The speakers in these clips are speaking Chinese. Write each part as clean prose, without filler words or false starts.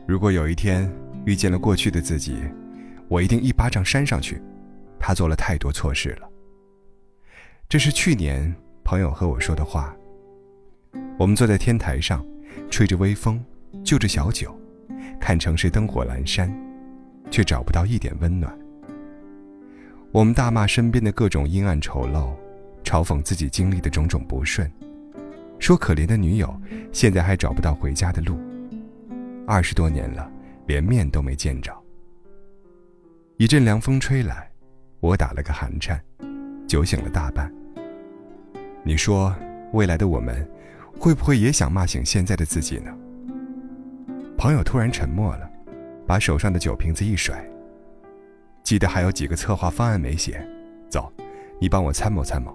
如果有一天遇见了过去的自己，我一定一巴掌扇上去，他做了太多错事了。这是去年朋友和我说的话。我们坐在天台上，吹着微风，就着小酒，看城市灯火阑珊，却找不到一点温暖。我们大骂身边的各种阴暗丑陋，嘲讽自己经历的种种不顺，说可怜的女友现在还找不到回家的路，20多年了，连面都没见着。一阵凉风吹来，我打了个寒颤，酒醒了大半。你说未来的我们会不会也想骂醒现在的自己呢？朋友突然沉默了，把手上的酒瓶子一甩，记得还有几个策划方案没写，走，你帮我参谋参谋。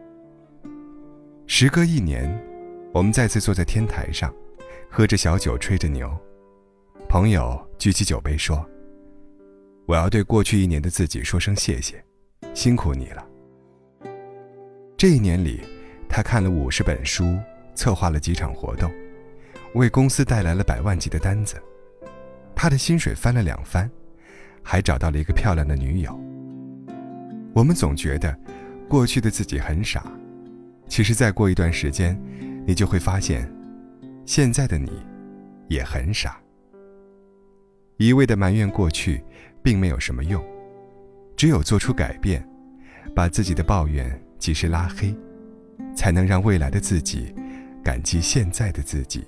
时隔1年，我们再次坐在天台上，喝着小酒，吹着牛。朋友举起酒杯说，我要对过去1年的自己说声谢谢，辛苦你了。这1年里，他看了50本书，策划了几场活动，为公司带来了100万级的单子。他的薪水翻了2番，还找到了一个漂亮的女友。我们总觉得过去的自己很傻，其实再过一段时间，你就会发现现在的你也很傻。一味地埋怨过去并没有什么用，只有做出改变，把自己的抱怨及时拉黑，才能让未来的自己感激现在的自己。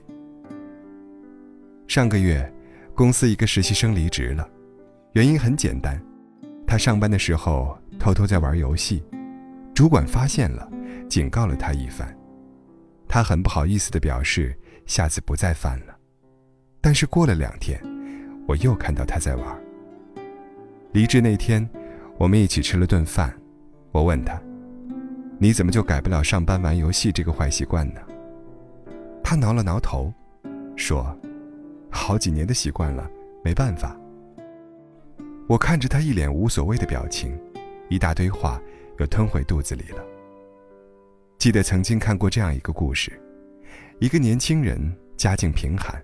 上个月，公司一个实习生离职了，原因很简单，他上班的时候偷偷在玩游戏，主管发现了，警告了他一番。他很不好意思地表示下次不再犯了。但是过了2天，我又看到他在玩。离职那天，我们一起吃了顿饭，我问他，你怎么就改不了上班玩游戏这个坏习惯呢？他挠了挠头，说，好几年的习惯了，没办法。我看着他一脸无所谓的表情，一大堆话又吞回肚子里了。记得曾经看过这样一个故事，一个年轻人家境贫寒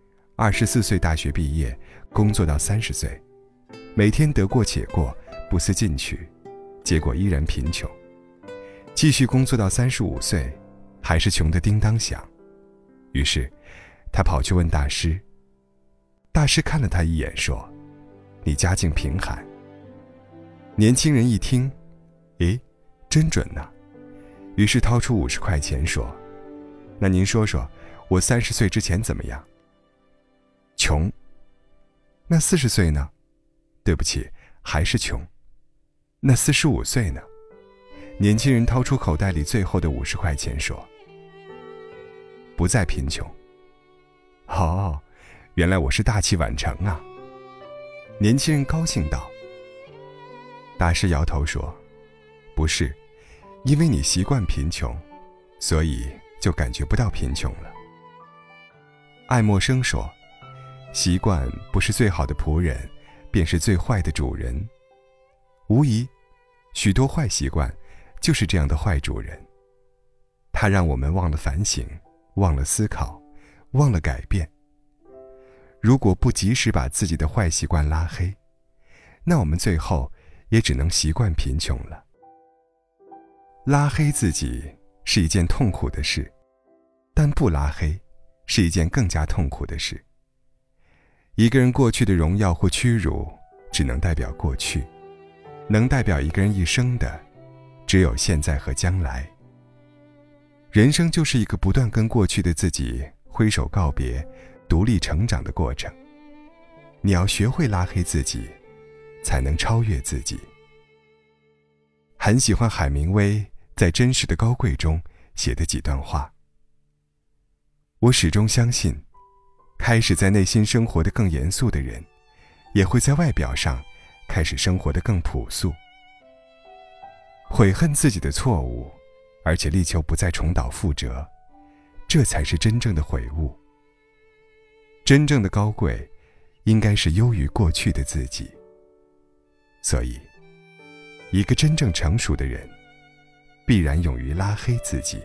，24岁大学毕业，工作到30岁，每天得过且过，不思进取，结果依然贫穷。继续工作到35岁，还是穷得叮当响。于是他跑去问大师，大师看了他一眼说，你家境贫寒。年轻人一听，诶，真准呢。于是掏出50块钱说，那您说说我30岁之前怎么样？穷。那40岁呢？对不起，还是穷。那45岁呢？年轻人掏出口袋里最后的50块钱说，不再贫穷。哦，原来我是大器晚成啊。年轻人高兴道。大师摇头说，不是，因为你习惯贫穷，所以就感觉不到贫穷了。爱默生说，习惯不是最好的仆人，便是最坏的主人。无疑，许多坏习惯就是这样的坏主人，它让我们忘了反省，忘了思考，忘了改变。如果不及时把自己的坏习惯拉黑，那我们最后也只能习惯贫穷了。拉黑自己是一件痛苦的事，但不拉黑是一件更加痛苦的事。一个人过去的荣耀或屈辱只能代表过去，能代表一个人一生的只有现在和将来。人生就是一个不断跟过去的自己挥手告别，独立成长的过程。你要学会拉黑自己，才能超越自己。很喜欢海明威在《真实的高贵》中写的几段话。我始终相信，开始在内心生活得更严肃的人，也会在外表上开始生活得更朴素。悔恨自己的错误，而且力求不再重蹈覆辙，这才是真正的悔悟。真正的高贵，应该是优于过去的自己。所以，一个真正成熟的人，必然勇于拉黑自己，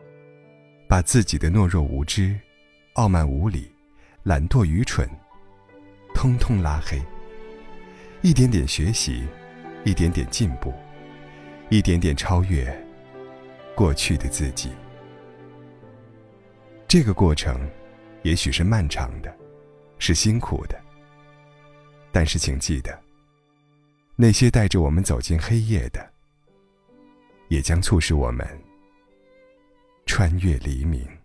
把自己的懦弱无知、傲慢无礼、懒惰愚蠢通通拉黑。一点点学习，一点点进步，一点点超越过去的自己。这个过程也许是漫长的，是辛苦的，但是请记得，那些带着我们走进黑夜的，也将促使我们穿越黎明。